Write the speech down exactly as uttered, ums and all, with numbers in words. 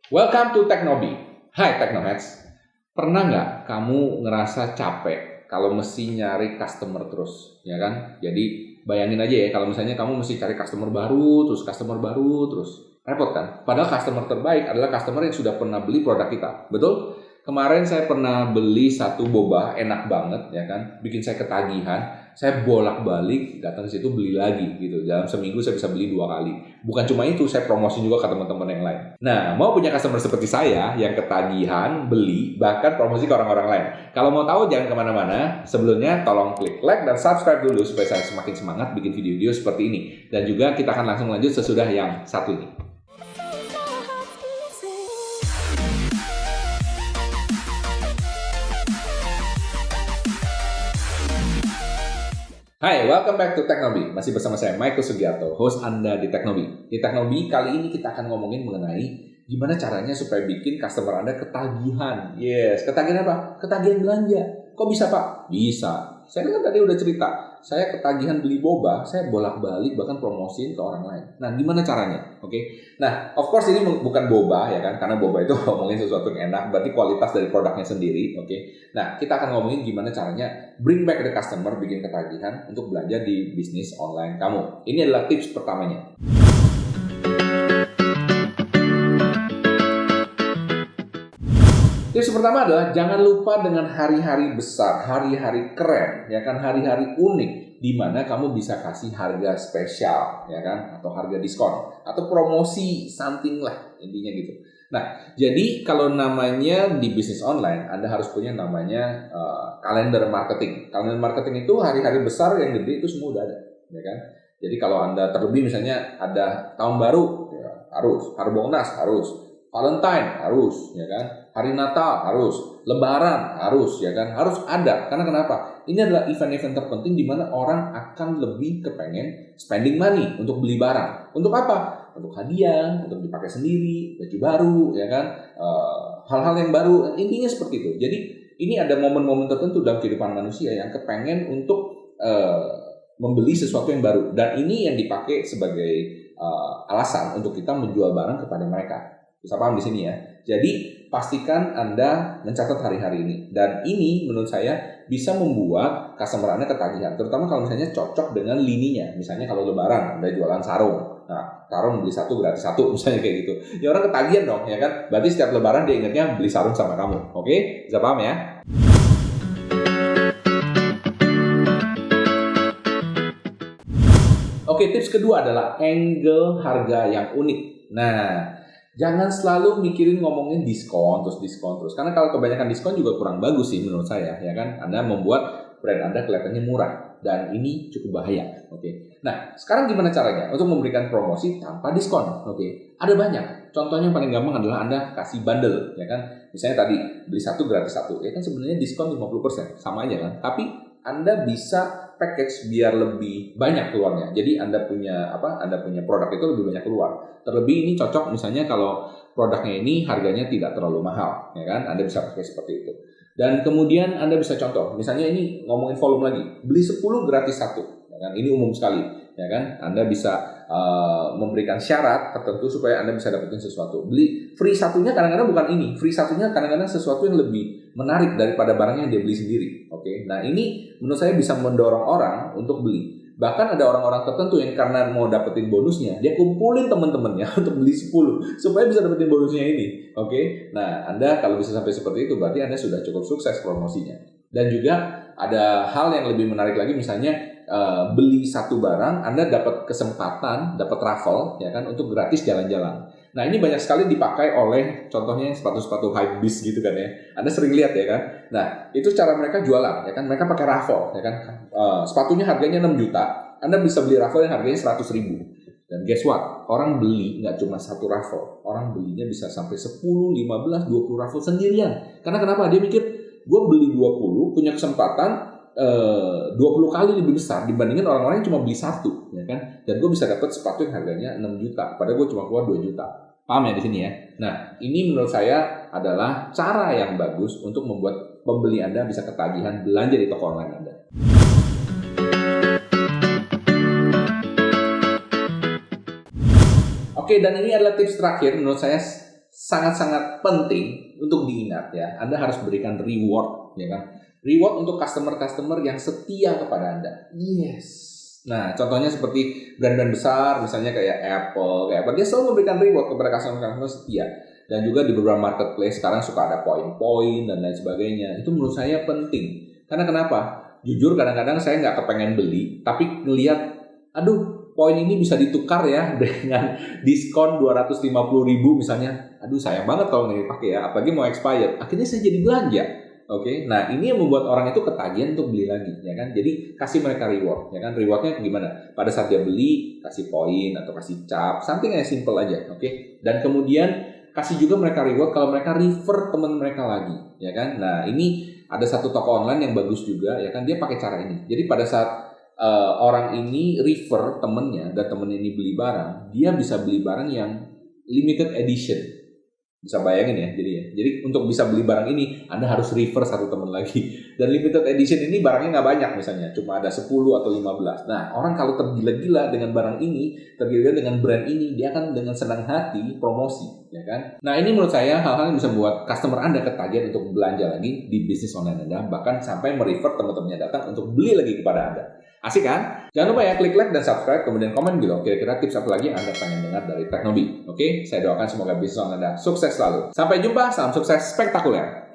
Welcome to Teknobi. Hai Teknoheads. Pernah nggak kamu ngerasa capek kalau mesti nyari customer terus, ya kan? Jadi bayangin aja ya, kalau misalnya kamu mesti cari customer baru, terus customer baru, terus repot kan? Padahal customer terbaik adalah customer yang sudah pernah beli produk kita, betul? Kemarin saya pernah beli satu boba, enak banget, ya kan? Bikin saya ketagihan. Saya bolak-balik datang ke situ beli lagi gitu. Dalam seminggu saya bisa beli dua kali. Bukan cuma itu, saya promosi juga ke teman-teman yang lain. Nah, mau punya customer seperti saya yang ketagihan, beli, bahkan promosi ke orang-orang lain. Kalau mau tahu jangan kemana-mana. Sebelumnya tolong klik like dan subscribe dulu supaya saya semakin semangat bikin video-video seperti ini. Dan juga kita akan langsung lanjut sesudah yang satu ini. Hai, welcome back to Teknobi. Masih bersama saya, Michael Sugiarto, host Anda di Teknobi. Di Teknobi kali ini kita akan ngomongin mengenai gimana caranya supaya bikin customer Anda ketagihan. Yes, ketagihan apa? Ketagihan belanja. Kok bisa, Pak? Bisa. Saya kan tadi udah cerita, saya ketagihan beli boba, saya bolak-balik bahkan promosiin ke orang lain. Nah, gimana caranya? Oke. Okay? Nah, of course ini bukan boba ya kan, karena boba itu ngomongin sesuatu yang enak, berarti kualitas dari produknya sendiri. Oke. Okay? Nah, kita akan ngomongin gimana caranya bring back the customer, bikin ketagihan untuk belanja di bisnis online kamu. Ini adalah tips pertamanya. Tips pertama adalah jangan lupa dengan hari-hari besar, hari-hari keren, ya kan, hari-hari unik di mana kamu bisa kasih harga spesial, ya kan, atau harga diskon atau promosi something lah, intinya gitu. Nah, jadi kalau namanya di bisnis online, Anda harus punya namanya uh, kalender marketing. Kalender marketing itu hari-hari besar yang gede itu semua udah ada, ya kan. Jadi kalau Anda terlebih misalnya ada tahun baru, ya, harus, Harbolnas harus, Valentine harus, ya kan. Hari Natal harus, Lebaran harus, ya kan, harus ada. Karena kenapa? Ini adalah event-event terpenting di mana orang akan lebih kepengen spending money untuk beli barang. Untuk apa? Untuk hadiah, untuk dipakai sendiri, baju baru, ya kan, uh, hal-hal yang baru. Intinya seperti itu. Jadi ini ada momen-momen tertentu dalam kehidupan manusia yang kepengen untuk uh, membeli sesuatu yang baru. Dan ini yang dipakai sebagai uh, alasan untuk kita menjual barang kepada mereka. Bisa paham di sini ya. Jadi pastikan Anda mencatat hari-hari ini. Dan ini menurut saya bisa membuat customer Anda ketagihan. Terutama kalau misalnya cocok dengan lininya. Misalnya kalau Lebaran Anda jualan sarung. Nah, sarung beli satu gratis satu misalnya kayak gitu. Ya orang ketagihan dong, ya kan? Berarti setiap Lebaran dia ingatnya beli sarung sama kamu. Oke? Bisa paham ya? Oke, tips kedua adalah angle harga yang unik. Nah, jangan selalu mikirin ngomongin diskon terus diskon terus. Karena kalau kebanyakan diskon juga kurang bagus sih menurut saya, ya kan? Anda membuat brand Anda kelihatannya murah dan ini cukup bahaya. Oke. Nah, sekarang gimana caranya untuk memberikan promosi tanpa diskon? Oke. Ada banyak. Contohnya yang paling gampang adalah Anda kasih bundle, ya kan? Misalnya tadi beli satu gratis satu, ya kan sebenarnya diskon lima puluh persen, sama aja kan? Tapi Anda bisa package biar lebih banyak keluarnya. Jadi Anda punya apa? Anda punya produk itu lebih banyak keluar. Terlebih ini cocok misalnya kalau produknya ini harganya tidak terlalu mahal, ya kan? Anda bisa pakai seperti itu. Dan kemudian Anda bisa contoh, misalnya ini ngomongin volume lagi, beli sepuluh gratis satu, ya kan? Ini umum sekali, ya kan? Anda bisa uh, memberikan syarat tertentu supaya Anda bisa dapetin sesuatu. Beli free satunya kadang-kadang bukan ini, free satunya kadang-kadang sesuatu yang lebih menarik daripada barangnya yang dia beli sendiri. Oke, nah ini menurut saya bisa mendorong orang untuk beli. Bahkan ada orang-orang tertentu yang karena mau dapetin bonusnya, dia kumpulin teman-temannya untuk beli sepuluh supaya bisa dapetin bonusnya ini. Oke, nah Anda kalau bisa sampai seperti itu berarti Anda sudah cukup sukses promosinya. Dan juga ada hal yang lebih menarik lagi, misalnya uh, beli satu barang, Anda dapat kesempatan, dapat raffle, ya kan, untuk gratis jalan-jalan. Nah ini banyak sekali dipakai oleh contohnya sepatu-sepatu hypebeast gitu kan ya. Anda sering lihat ya kan. Nah itu cara mereka jualan ya kan. Mereka pakai raffle ya kan. Uh, sepatunya harganya enam juta. Anda bisa beli raffle yang harganya seratus ribu. Dan guess what? Orang beli nggak cuma satu raffle. Orang belinya bisa sampai sepuluh, lima belas, dua puluh raffle sendirian. Karena kenapa? Dia mikir gue beli dua puluh punya kesempatan Uh, dua puluh kali lebih besar dibandingin orang-orang yang cuma beli satu, ya kan? Dan gue bisa dapat sepatu yang harganya enam juta, padahal gue cuma keluar dua juta. Paham ya di sini ya? Nah, ini menurut saya adalah cara yang bagus untuk membuat pembeli Anda bisa ketagihan belanja di toko online Anda. Oke, dan ini adalah tips terakhir menurut saya sangat-sangat penting untuk diingat ya. Anda harus berikan reward, ya kan? Reward untuk customer-customer yang setia kepada Anda. Yes. Nah, contohnya seperti brand-brand besar, misalnya kayak Apple, kayak apa, dia selalu memberikan reward kepada customer-customer setia. Dan juga di beberapa marketplace sekarang suka ada poin-poin dan lain sebagainya. Itu menurut saya penting. Karena kenapa? Jujur kadang-kadang saya nggak kepengen beli, tapi ngelihat, aduh, poin ini bisa ditukar ya dengan diskon dua ratus lima puluh ribu misalnya. Aduh, sayang banget kalau nggak dipakai ya, apalagi mau expired. Akhirnya saya jadi belanja. Oke, okay? Nah ini yang membuat orang itu ketagihan untuk beli lagi, ya kan? Jadi kasih mereka reward, ya kan? Rewardnya gimana? Pada saat dia beli, kasih poin atau kasih cap, something yang simple aja, oke? Okay? Dan kemudian kasih juga mereka reward kalau mereka refer teman mereka lagi, ya kan? Nah ini ada satu toko online yang bagus juga, ya kan? Dia pakai cara ini. Jadi pada saat uh, orang ini refer temennya dan temennya ini beli barang, dia bisa beli barang yang limited edition. Bisa bayangin ya, jadi ya. Jadi untuk bisa beli barang ini, Anda harus refer satu teman lagi. Dan limited edition ini barangnya nggak banyak misalnya, cuma ada sepuluh atau lima belas. Nah, orang kalau tergila-gila dengan barang ini, tergila-gila dengan brand ini, dia akan dengan senang hati promosi, ya kan? Nah, ini menurut saya hal-hal yang bisa membuat customer Anda ketagihan untuk belanja lagi di bisnis online Anda, bahkan sampai merefer teman-temannya datang untuk beli lagi kepada Anda. Asik kan? Jangan lupa ya klik like dan subscribe, kemudian komen gitu. Kira-kira tips apa lagi yang Anda pengen dengar dari Teknobi. Oke, saya doakan semoga bisnis Anda sukses selalu. Sampai jumpa, salam sukses spektakuler.